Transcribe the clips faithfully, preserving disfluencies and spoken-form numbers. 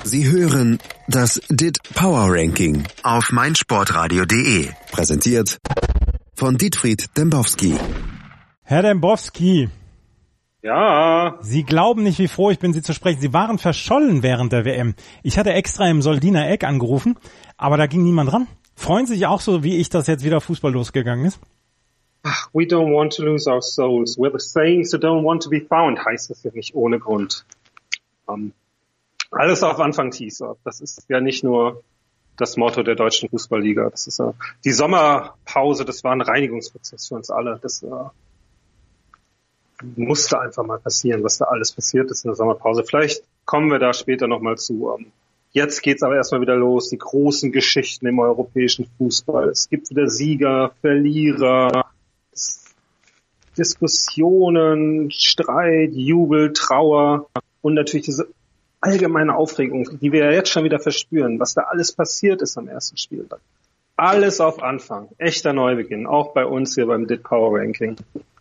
Sie hören das D I T Power Ranking auf meinsportradio punkt de. Präsentiert von Dietfried Dembowski. Herr Dembowski. Ja. Sie glauben nicht, wie froh ich bin, Sie zu sprechen. Sie waren verschollen während der W M. Ich hatte extra im Soldiner Eck angerufen, aber da ging niemand ran. Freuen Sie sich auch so, wie ich, dass jetzt wieder Fußball losgegangen ist? We don't want to lose our souls. We're the saints who don't want to be found, heißt es ja nicht ohne Grund. Um, alles auf Anfang Teaser. Das ist ja nicht nur das Motto der deutschen Fußballliga. Das ist ja die Sommerpause, das war ein Reinigungsprozess für uns alle. Das uh, musste einfach mal passieren, was da alles passiert ist in der Sommerpause. Vielleicht kommen wir da später nochmal zu. Um, Jetzt geht's aber erstmal wieder los, die großen Geschichten im europäischen Fußball. Es gibt wieder Sieger, Verlierer, Diskussionen, Streit, Jubel, Trauer und natürlich diese allgemeine Aufregung, die wir ja jetzt schon wieder verspüren, was da alles passiert ist am ersten Spieltag. Alles auf Anfang, echter Neubeginn, auch bei uns hier beim D I T Power Ranking.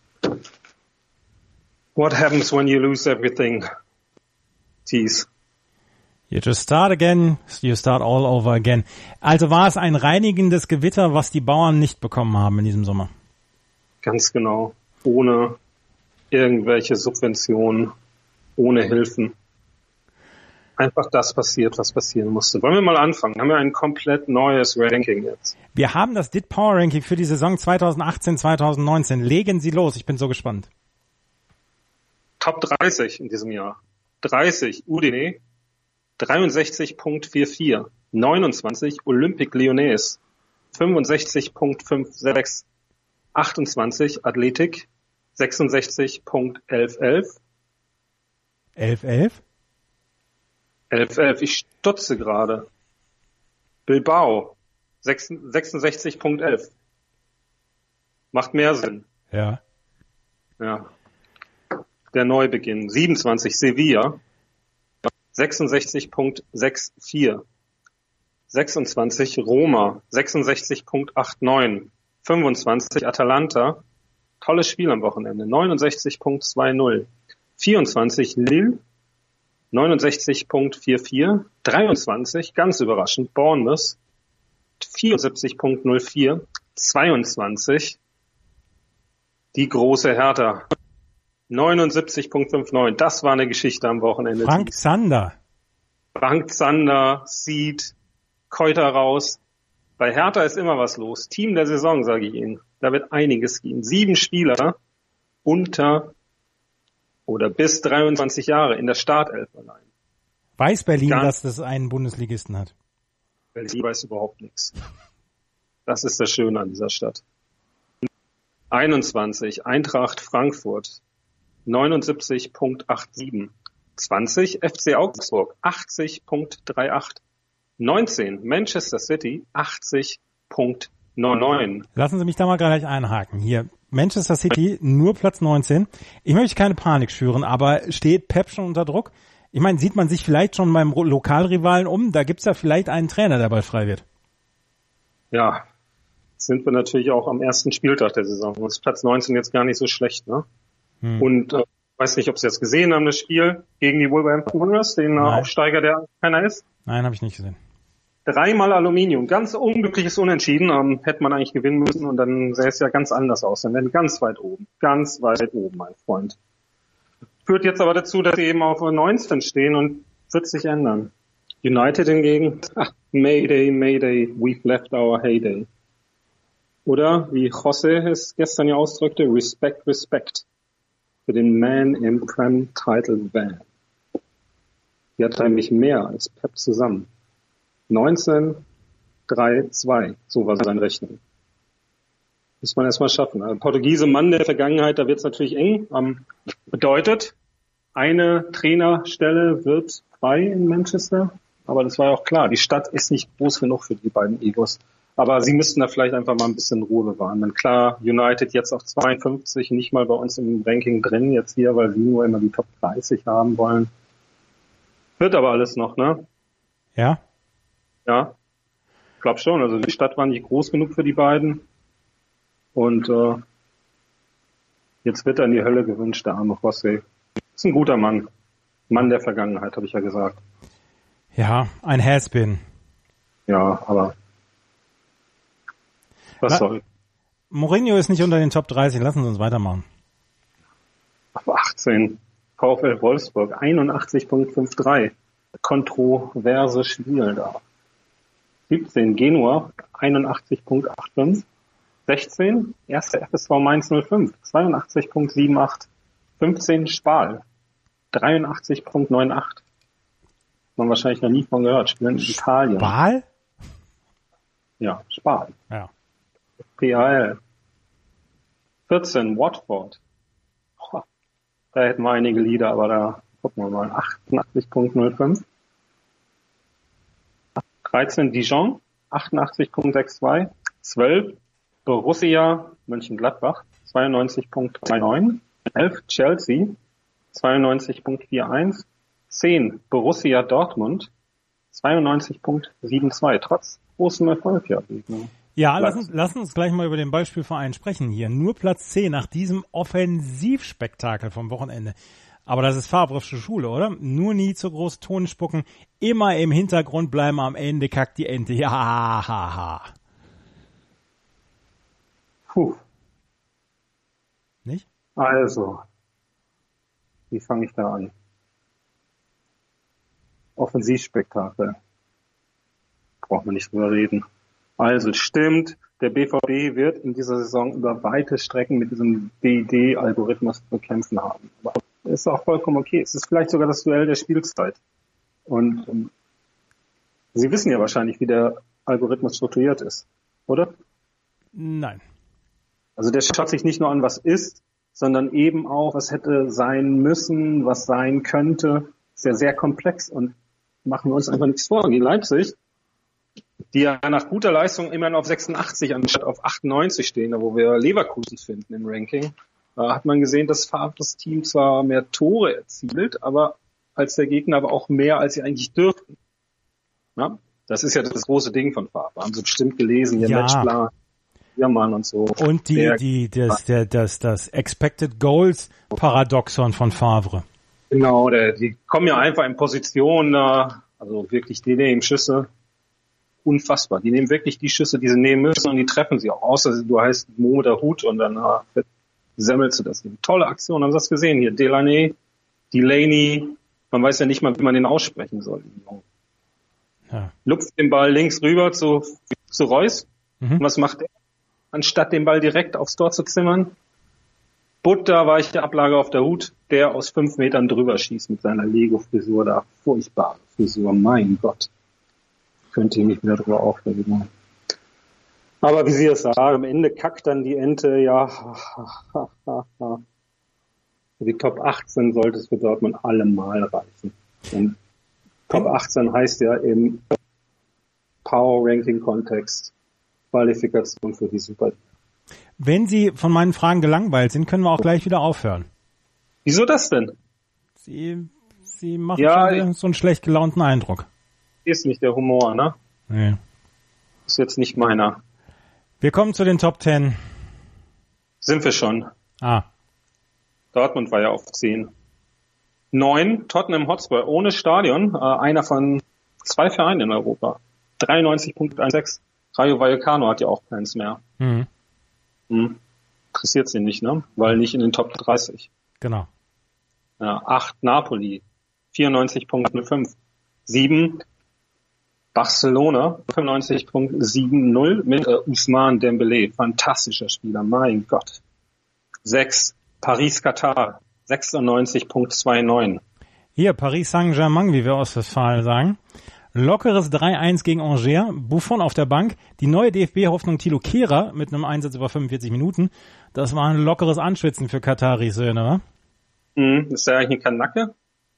What happens when you lose everything? Tease. You just start again, you start all over again. Also war es ein reinigendes Gewitter, was die Bauern nicht bekommen haben in diesem Sommer? Ganz genau. Ohne irgendwelche Subventionen, ohne Hilfen. Einfach das passiert, was passieren musste. Wollen wir mal anfangen? Haben wir ein komplett neues Ranking jetzt? Wir haben das D I T Power Ranking für die Saison zwanzig achtzehn zwanzig neunzehn. Legen Sie los, ich bin so gespannt. Top dreißig in diesem Jahr. dreißig U D N E, dreiundsechzig Komma vierundvierzig, neunundzwanzig Olympique Lyonnais, fünfundsechzig Komma sechsundfünfzig, achtundzwanzig Athletic, sechsundsechzig Komma elf elf. elf elf? elf elf, ich stutze gerade. Bilbao, sechsundsechzig Komma elf. Macht mehr Sinn. Ja. Ja. Der Neubeginn. siebenundzwanzig Sevilla, sechsundsechzig Komma vierundsechzig. sechsundzwanzig Roma, sechsundsechzig Komma neunundachtzig. fünfundzwanzig Atalanta, tolles Spiel am Wochenende, neunundsechzig Komma zwanzig. vierundzwanzig Lille, neunundsechzig Komma vierundvierzig. dreiundzwanzig, ganz überraschend, Bournemouth, vierundsiebzig Komma null vier. zweiundzwanzig, die große Hertha, neunundsiebzig Komma neunundfünfzig. Das war eine Geschichte am Wochenende. Frank Zander. Frank Zander, Seed, Keuter raus. Bei Hertha ist immer was los. Team der Saison, sage ich Ihnen. Da wird einiges gehen. Sieben Spieler unter oder bis dreiundzwanzig Jahre in der Startelf allein. Weiß Berlin, Ganz, dass das einen Bundesligisten hat? Berlin weiß überhaupt nichts. Das ist das Schöne an dieser Stadt. einundzwanzig Eintracht Frankfurt, neunundsiebzig Komma siebenundachtzig. zwanzig F C Augsburg, achtzig Komma achtunddreißig. neunzehn Manchester City, achtzig Komma neunundneunzig. Lassen Sie mich da mal gleich einhaken. Hier, Manchester City, nur Platz neunzehn. Ich möchte keine Panik schüren, aber steht Pep schon unter Druck? Ich meine, sieht man sich vielleicht schon beim Lokalrivalen um? Da gibt's ja vielleicht einen Trainer, der bald frei wird. Ja, sind wir natürlich auch am ersten Spieltag der Saison. Uns ist Platz neunzehn jetzt gar nicht so schlecht, ne? Hm. Und äh, weiß nicht, ob Sie jetzt gesehen haben, das Spiel gegen die Wolverhampton Wanderers, den äh, Aufsteiger, der keiner ist. Nein, habe ich nicht gesehen. Dreimal Aluminium, ganz unglückliches Unentschieden, ähm, hätte man eigentlich gewinnen müssen und dann sähe es ja ganz anders aus. Dann wären ganz weit oben, ganz weit oben, mein Freund. Führt jetzt aber dazu, dass sie eben auf neunzehn stehen und wird sich ändern. United hingegen, ach, Mayday, Mayday, we've left our heyday. Oder, wie José es gestern ja ausdrückte, Respect, Respect für den Man im Prem Title Van. Die hat eigentlich mehr als Pep zusammen. neunzehn, drei, zwei. So war sein Rechnung. Muss man erstmal schaffen. Also Portugiese Mann der Vergangenheit, da wird es natürlich eng. Ähm, bedeutet, eine Trainerstelle wird frei in Manchester. Aber das war ja auch klar. Die Stadt ist nicht groß genug für die beiden Egos. Aber sie müssten da vielleicht einfach mal ein bisschen Ruhe bewahren. Denn klar, United jetzt auf zweiundfünfzig, nicht mal bei uns im Ranking drin jetzt hier, weil sie nur immer die Top dreißig haben wollen. Wird aber alles noch, ne? Ja? Ja, ich glaube schon. Also die Stadt war nicht groß genug für die beiden. Und äh, jetzt wird er in die Hölle gewünscht, der arme José. Ist ein guter Mann. Mann der Vergangenheit, habe ich ja gesagt. Ja, ein Has-Been. Ja, aber was Na, soll? Mourinho ist nicht unter den Top dreißig. Lassen Sie uns weitermachen. Auf achtzehn. VfL Wolfsburg, einundachtzig Komma dreiundfünfzig. Kontroverse Spiel da. siebzehn. Genua, einundachtzig Komma fünfundachtzig. sechzehn. Erster F S V Mainz null fünf, zweiundachtzig Komma achtzig. fünfzehn. Spal, dreiundachtzig Komma achtzig. Man wahrscheinlich noch nie von gehört. Spielen in Italien. Spal? Ja, Spal. Ja. P A L. vierzehn. Watford. Boah, da hätten wir einige Lieder, aber da gucken wir mal. achtundachtzig Komma null fünf. dreizehn. Dijon, achtundachtzig Komma zweiundsechzig. zwölf. Borussia Mönchengladbach, zweiundneunzig Komma neununddreißig. elf. Chelsea, zweiundneunzig Komma einundvierzig. zehn. Borussia Dortmund, zweiundneunzig Komma zweiundsiebzig. Trotz großem Erfolg, ja. Ja, lass uns, lass uns gleich mal über den Beispielverein sprechen hier. Nur Platz zehn nach diesem Offensivspektakel vom Wochenende. Aber das ist Favre'sche Schule, oder? Nur nie zu groß Ton spucken, immer im Hintergrund bleiben, am Ende kackt die Ente. Ja, ha, ha. Puh. Nicht? Also, wie fange ich da an? Offensivspektakel. Braucht man nicht drüber reden. Also, stimmt, der B V B wird in dieser Saison über weite Strecken mit diesem D D-Algorithmus zu kämpfen haben. Aber ist auch vollkommen okay. Es ist vielleicht sogar das Duell der Spielzeit. Und um, Sie wissen ja wahrscheinlich, wie der Algorithmus strukturiert ist, oder? Nein. Also der schaut sich nicht nur an, was ist, sondern eben auch, was hätte sein müssen, was sein könnte. Ist ja sehr komplex und machen wir uns einfach nichts vor. Gegen Leipzig, die ja nach guter Leistung immerhin auf sechsundachtzig anstatt auf achtundneunzig stehen, da wo wir Leverkusen finden im Ranking, da hat man gesehen, dass Favres Team zwar mehr Tore erzielt, aber als der Gegner aber auch mehr, als sie eigentlich dürften. Ja? Das ist ja das große Ding von Favre. Haben Sie bestimmt gelesen, der Ja. Matchplan, Mann und so. Und die, der, die, das, der, das, das Expected Goals Paradoxon von Favre. Genau, der, die kommen ja einfach in Position, da, also wirklich, die nehmen Schüsse. Unfassbar. Die nehmen wirklich die Schüsse, die sie nehmen müssen und die treffen sie auch. Außer du heißt Mo mit der Hut und dann äh, semmelst du das. Tolle Aktion, haben Sie das gesehen hier? Delaney, Delaney, man weiß ja nicht mal, wie man den aussprechen soll. Ja. Lupft den Ball links rüber zu, zu Reus. Mhm. Und was macht er? Anstatt den Ball direkt aufs Tor zu zimmern, butterweiche Ablage auf der Hut, der aus fünf Metern drüber schießt mit seiner Lego-Frisur da. Furchtbare Frisur, mein Gott. Könnte ich mich wieder drüber aufregen. Aber wie Sie es sagen, am Ende kackt dann die Ente, ja. Für die Top achtzehn sollte es für Dortmund allemal reichen. Und Top achtzehn heißt ja im Power-Ranking-Kontext Qualifikation für die Super. Wenn Sie von meinen Fragen gelangweilt sind, können wir auch gleich wieder aufhören. Wieso das denn? Sie, Sie machen Ja, schon so einen schlecht gelaunten Eindruck. Ist nicht der Humor, ne? Nee. Ist jetzt nicht meiner. Wir kommen zu den Top zehn. Sind wir schon. Ah. Dortmund war ja auf zehn. neun, Tottenham Hotspur, ohne Stadion. Äh, einer von zwei Vereinen in Europa. dreiundneunzig Komma sechzehn. Rayo Vallecano hat ja auch keins mehr. Mhm. Hm. Interessiert sie nicht, ne? Weil nicht in den Top dreißig. Genau. Ja, acht Napoli, vierundneunzig Komma fünf. sieben Barcelona, fünfundneunzig Komma siebzig mit äh, Ousmane Dembélé, fantastischer Spieler, mein Gott. sechs Paris-Katar, sechsundneunzig Komma neunundzwanzig. Hier, Paris Saint-Germain, wie wir aus Westfalen sagen. Lockeres drei eins gegen Angers, Buffon auf der Bank, die neue D F B-Hoffnung Thilo Kehrer mit einem Einsatz über fünfundvierzig Minuten. Das war ein lockeres Anschwitzen für Kataris Söhne, wa? Hm, ist der eigentlich ein Kanacke?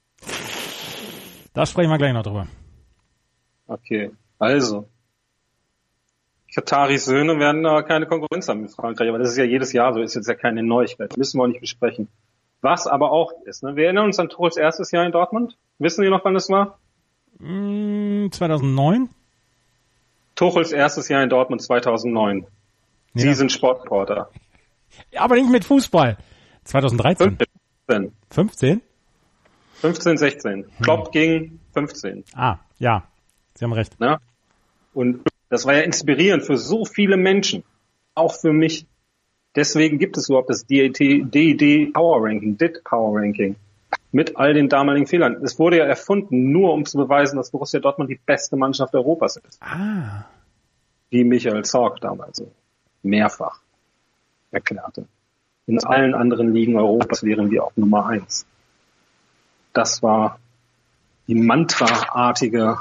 Da sprechen wir gleich noch drüber. Okay, also. Kataris Söhne werden da keine Konkurrenz haben in Frankreich, aber das ist ja jedes Jahr so, ist jetzt ja keine Neuigkeit. Das müssen wir auch nicht besprechen. Was aber auch ist, ne? Wir erinnern uns an Tuchels erstes Jahr in Dortmund. Wissen Sie noch, wann das war? zweitausendneun? Tuchels erstes Jahr in Dortmund zweitausendneun. Ja. Sie sind Sportreporter. Aber nicht mit Fußball. zweitausenddreizehn? fünfzehn. fünfzehn? fünfzehn, sechzehn. Klopp ging fünfzehn. Ah, ja, Sie haben recht. Ne? Und das war ja inspirierend für so viele Menschen, auch für mich. Deswegen gibt es überhaupt das D I D Power Ranking, D I D Power Ranking, mit all den damaligen Fehlern. Es wurde ja erfunden, nur um zu beweisen, dass Borussia Dortmund die beste Mannschaft Europas ist. Ah. Wie Michael Zorc damals mehrfach erklärte. In allen anderen Ligen Europas wären wir auch Nummer eins. Das war die mantraartige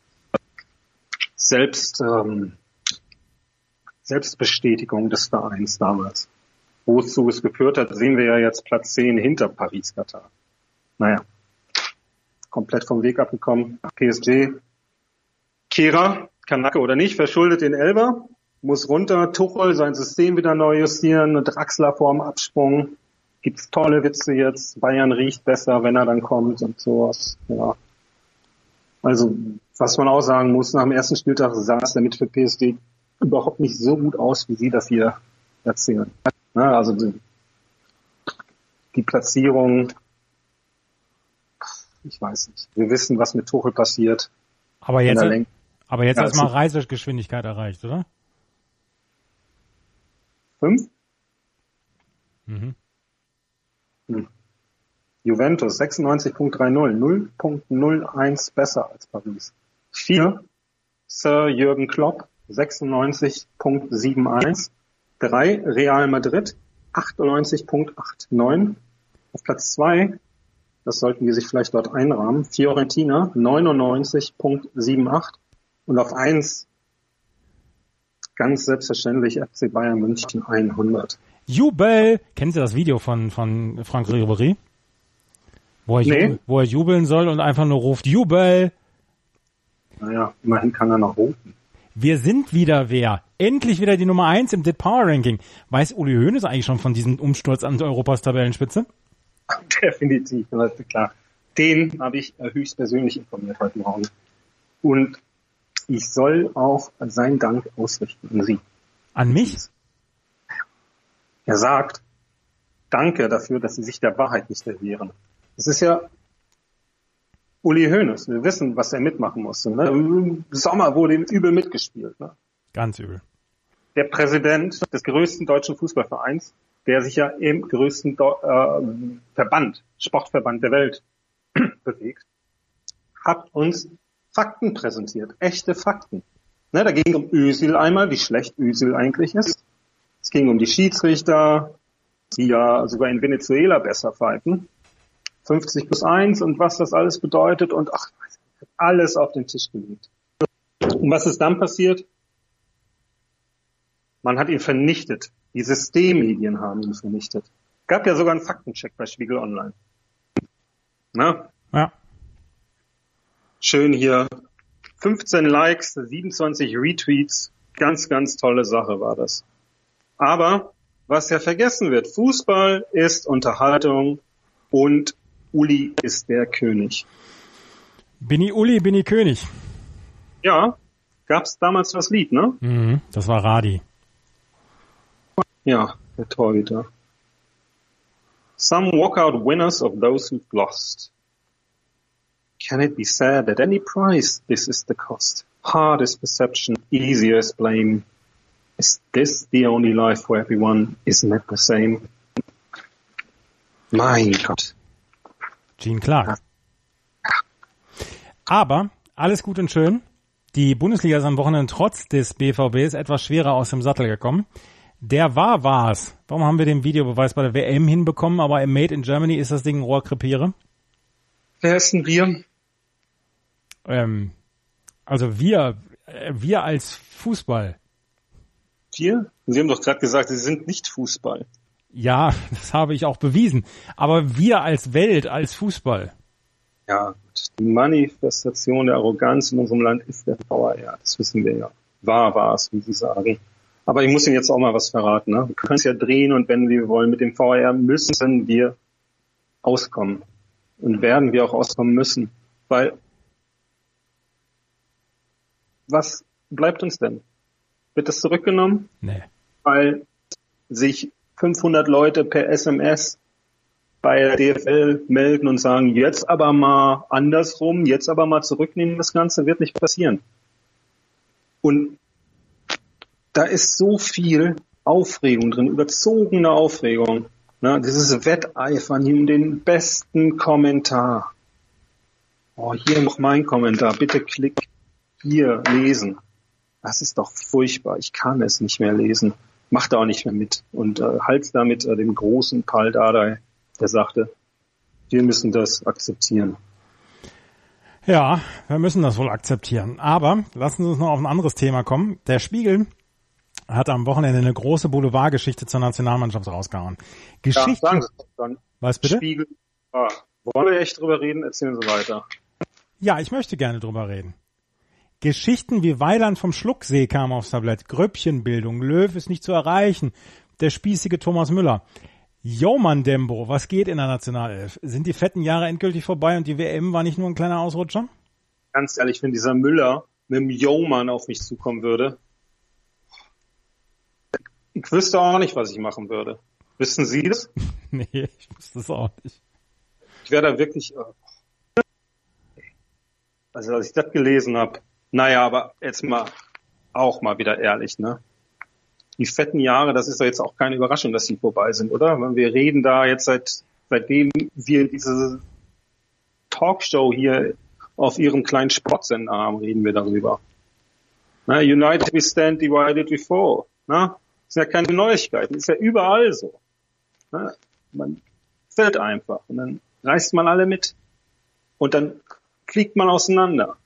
Selbst, ähm, Selbstbestätigung des Vereins damals. Wozu es geführt hat, sehen wir ja jetzt Platz zehn hinter Paris-Katar. Naja, komplett vom Weg abgekommen. P S G, Kehrer, Kanake oder nicht, verschuldet den Elber, muss runter, Tuchel sein System wieder neu justieren, Draxler vorm Absprung. Gibt's tolle Witze jetzt, Bayern riecht besser, wenn er dann kommt und sowas. Ja. Also, was man auch sagen muss, nach dem ersten Spieltag sah es damit für P S G überhaupt nicht so gut aus, wie Sie das hier erzählen. Ja, also die, die Platzierung, ich weiß nicht. Wir wissen, was mit Tuchel passiert. Aber jetzt, aber jetzt ja, erstmal Reisegeschwindigkeit erreicht, oder? Fünf? Mhm. Hm. Juventus sechsundneunzig Komma dreißig, null Komma null eins besser als Paris. Vier, Sir Jürgen Klopp, sechsundneunzig Komma einundsiebzig. Drei, Real Madrid, achtundneunzig Komma neunundachtzig. Auf Platz zwei, das sollten die sich vielleicht dort einrahmen, Fiorentina, neunundneunzig Komma achtzig. Und auf eins, ganz selbstverständlich, F C Bayern München hundert. Jubel! Kennen Sie das Video von, von Franck Ribéry? Wo er, nee. jubel, wo er jubeln soll und einfach nur ruft, Jubel! Naja, immerhin kann er noch rufen. Wir sind wieder wer? Endlich wieder die Nummer eins im D I D Power Ranking. Weiß Uli Hoeneß eigentlich schon von diesem Umsturz an Europas Tabellenspitze? Definitiv, das ist klar. Den habe ich höchstpersönlich informiert heute Morgen. Und ich soll auch seinen Dank ausrichten an Sie. An mich? Er sagt, danke dafür, dass Sie sich der Wahrheit nicht erwehren. Es ist ja Uli Hoeneß. Wir wissen, was er mitmachen musste. Ne? Im Sommer wurde ihm übel mitgespielt. Ne? Ganz übel. Der Präsident des größten deutschen Fußballvereins, der sich ja im größten äh, Verband, Sportverband der Welt bewegt, hat uns Fakten präsentiert. Echte Fakten. Ne, da ging es um Özil einmal, wie schlecht Özil eigentlich ist. Es ging um die Schiedsrichter, die ja sogar in Venezuela besser pfeifen. fünfzig plus eins und was das alles bedeutet und ach, alles auf den Tisch gelegt. Und was ist dann passiert? Man hat ihn vernichtet. Die Systemmedien haben ihn vernichtet. Gab ja sogar einen Faktencheck bei Spiegel Online. Na? Ja. Schön hier. fünfzehn Likes, siebenundzwanzig Retweets. Ganz, ganz tolle Sache war das. Aber was ja vergessen wird, Fußball ist Unterhaltung und Uli ist der König. Bin ich Uli, bin ich König. Ja, gab's damals das Lied, ne? Mhm, das war Radi. Ja, der Torhüter. Some walk out winners of those who've lost. Can it be said at any price this is the cost? Hard is perception, easier is blame. Is this the only life for everyone? Isn't it the same? Mein Gott. Gene Clark. Aber alles gut und schön. Die Bundesliga ist am Wochenende trotz des B V Bs etwas schwerer aus dem Sattel gekommen. Der war war's. Warum haben wir den Videobeweis bei der W M hinbekommen, aber im Made in Germany ist das Ding ein Rohrkrepiere? Wer ist denn wir? Ähm, also wir, äh, wir als Fußball. Wir? Sie haben doch gerade gesagt, Sie sind nicht Fußball. Ja, das habe ich auch bewiesen. Aber wir als Welt, als Fußball. Ja, die Manifestation der Arroganz in unserem Land ist der V A R. Das wissen wir ja. War, war es, wie Sie sagen. Aber ich muss Ihnen jetzt auch mal was verraten. Ne? Wir können es ja drehen und wenn wir wollen. Mit dem V A R müssen wir auskommen. Und werden wir auch auskommen müssen. Weil, was bleibt uns denn? Wird das zurückgenommen? Nee. Weil sich fünfhundert Leute per S M S bei der D F L melden und sagen, jetzt aber mal andersrum, jetzt aber mal zurücknehmen, das Ganze wird nicht passieren. Und da ist so viel Aufregung drin, überzogene Aufregung. Ne? Dieses Wetteifern hier um den besten Kommentar. Oh, hier noch mein Kommentar, bitte klick hier lesen. Das ist doch furchtbar, ich kann es nicht mehr lesen. Mach da auch nicht mehr mit. Und äh, halt's damit äh, dem großen Pal Dardai, der sagte, wir müssen das akzeptieren. Ja, wir müssen das wohl akzeptieren. Aber lassen Sie uns noch auf ein anderes Thema kommen. Der Spiegel hat am Wochenende eine große Boulevardgeschichte zur Nationalmannschaft rausgehauen. Geschichte. Ja, sagen Sie es dann. Was bitte? Spiegel. Ah, wollen wir echt drüber reden? Erzählen Sie weiter. Ja, ich möchte gerne drüber reden. Geschichten wie Weiland vom Schlucksee kamen aufs Tablett. Gröppchenbildung. Löw ist nicht zu erreichen. Der spießige Thomas Müller. Yo, Mann, Dembo, was geht in der Nationalelf? Sind die fetten Jahre endgültig vorbei und die W M war nicht nur ein kleiner Ausrutscher? Ganz ehrlich, wenn dieser Müller mit dem Yo-Mann auf mich zukommen würde, ich wüsste auch nicht, was ich machen würde. Wissen Sie das? Nee, ich wüsste es auch nicht. Ich wäre da wirklich... Also als ich das gelesen habe, naja, aber jetzt mal auch mal wieder ehrlich, ne? Die fetten Jahre, das ist doch jetzt auch keine Überraschung, dass die vorbei sind, oder? Wir reden da jetzt seit seitdem wir diese Talkshow hier auf ihrem kleinen Sportsender haben, reden wir darüber. Na, United we stand, divided we fall. Na? Das sind ja keine Neuigkeiten, das ist ja überall so. Na? Man fällt einfach und dann reißt man alle mit und dann fliegt man auseinander.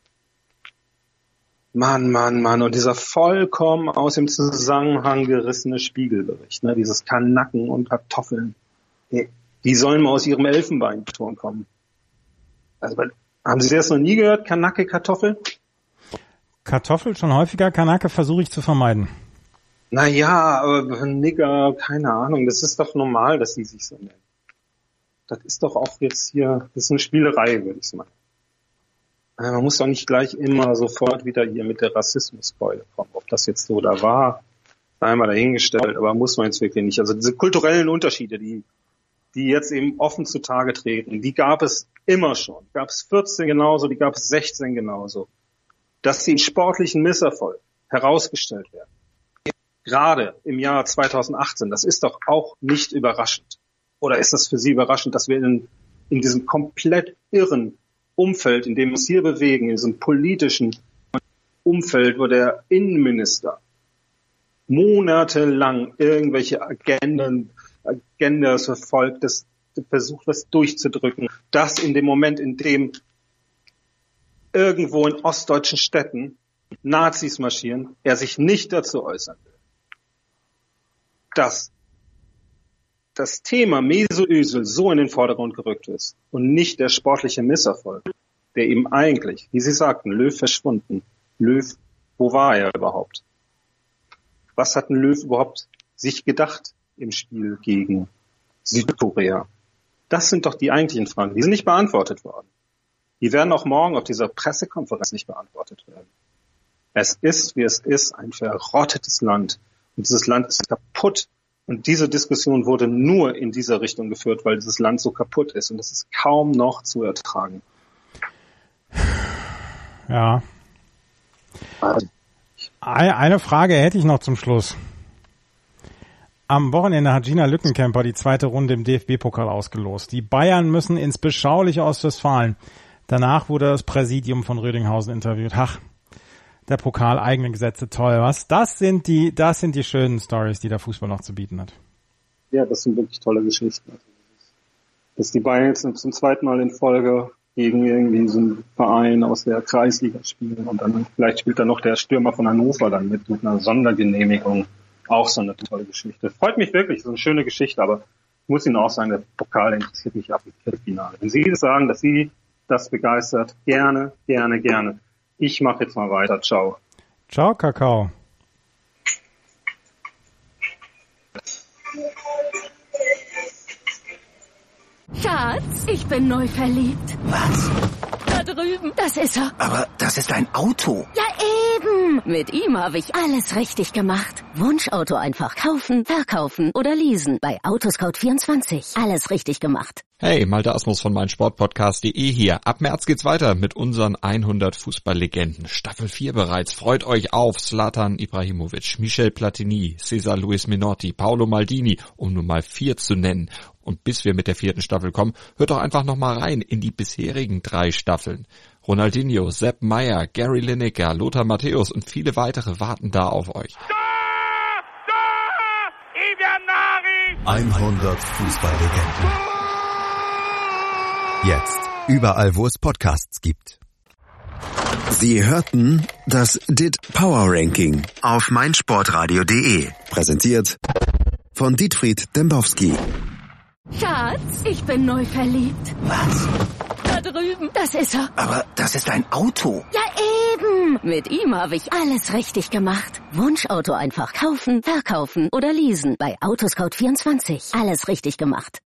Mann, Mann, Mann. Und dieser vollkommen aus dem Zusammenhang gerissene Spiegelbericht, ne, dieses Kanacken und Kartoffeln, die, die sollen mal aus ihrem Elfenbeinturm kommen. Also, haben Sie das noch nie gehört, Kanacke, Kartoffel? Kartoffel schon häufiger, Kanacke versuche ich zu vermeiden. Naja, aber Nigger, keine Ahnung, das ist doch normal, dass die sich so nennen. Das ist doch auch jetzt hier, das ist eine Spielerei, würde ich sagen. Man muss doch nicht gleich immer sofort wieder hier mit der Rassismuskeule kommen. Ob das jetzt so da war, einmal dahingestellt, aber muss man jetzt wirklich nicht. Also diese kulturellen Unterschiede, die die jetzt eben offen zutage treten, die gab es immer schon. Die gab es vierzehn genauso, die gab es sechzehn genauso. Dass sie in sportlichen Misserfolg herausgestellt werden, gerade im Jahr zweitausendachtzehn, das ist doch auch nicht überraschend. Oder ist das für Sie überraschend, dass wir in, in diesem komplett irren Umfeld, in dem wir uns hier bewegen, in diesem politischen Umfeld, wo der Innenminister monatelang irgendwelche Agenden, Agendas verfolgt, das versucht, was durchzudrücken, dass in dem Moment, in dem irgendwo in ostdeutschen Städten Nazis marschieren, er sich nicht dazu äußern will. Dass das Thema Mesut Özil so in den Vordergrund gerückt ist und nicht der sportliche Misserfolg, der eben eigentlich, wie Sie sagten, Löw verschwunden. Löw, wo war er überhaupt? Was hat ein Löw überhaupt sich gedacht im Spiel gegen Südkorea? Das sind doch die eigentlichen Fragen. Die sind nicht beantwortet worden. Die werden auch morgen auf dieser Pressekonferenz nicht beantwortet werden. Es ist, wie es ist, ein verrottetes Land. Und dieses Land ist kaputt. Und diese Diskussion wurde nur in dieser Richtung geführt, weil dieses Land so kaputt ist. Und das ist kaum noch zu ertragen. Ja. Eine Frage hätte ich noch zum Schluss. Am Wochenende hat Gina Lückenkämper die zweite Runde im D F B-Pokal ausgelost. Die Bayern müssen ins beschauliche Ostwestfalen. Danach wurde das Präsidium von Rödinghausen interviewt. Ach, der Pokal, eigene Gesetze, toll, was? Das sind die, das sind die schönen Stories, die der Fußball noch zu bieten hat. Ja, das sind wirklich tolle Geschichten. Dass die Bayern jetzt zum zweiten Mal in Folge gegen irgendwie so einen Verein aus der Kreisliga spielen und dann vielleicht spielt da noch der Stürmer von Hannover dann mit, mit einer Sondergenehmigung. Auch so eine tolle Geschichte. Freut mich wirklich, so eine schöne Geschichte, aber ich muss Ihnen auch sagen, der Pokal interessiert mich ab im Viertelfinale. Wenn Sie sagen, dass Sie das begeistert, gerne, gerne, gerne. Ich mache jetzt mal weiter. Ciao. Ciao, Kakao. Schatz, ich bin neu verliebt. Was? Da drüben. Das ist er. Aber das ist ein Auto. Ja, eben. Mit ihm habe ich alles richtig gemacht. Wunschauto einfach kaufen, verkaufen oder leasen. Bei Autoscout vierundzwanzig. Alles richtig gemacht. Hey, Malte Asmus von meinsportpodcast punkt de hier. Ab März geht's weiter mit unseren hundert Fußballlegenden. Staffel vier bereits. Freut euch auf Zlatan Ibrahimovic, Michel Platini, Cesar Luis Menotti, Paolo Maldini, um nur mal vier zu nennen. Und bis wir mit der vierten Staffel kommen, hört doch einfach noch mal rein in die bisherigen drei Staffeln. Ronaldinho, Sepp Maier, Gary Lineker, Lothar Matthäus und viele weitere warten da auf euch. hundert Fußballlegenden. Jetzt überall, wo es Podcasts gibt. Sie hörten das D I T Power Ranking auf meinsportradio punkt de. Präsentiert von Dietfried Dembowski. Schatz, ich bin neu verliebt. Was? Da drüben. Das ist er. Aber das ist ein Auto. Ja, eben. Mit ihm habe ich alles richtig gemacht. Wunschauto einfach kaufen, verkaufen oder leasen. Bei Autoscout vierundzwanzig. Alles richtig gemacht.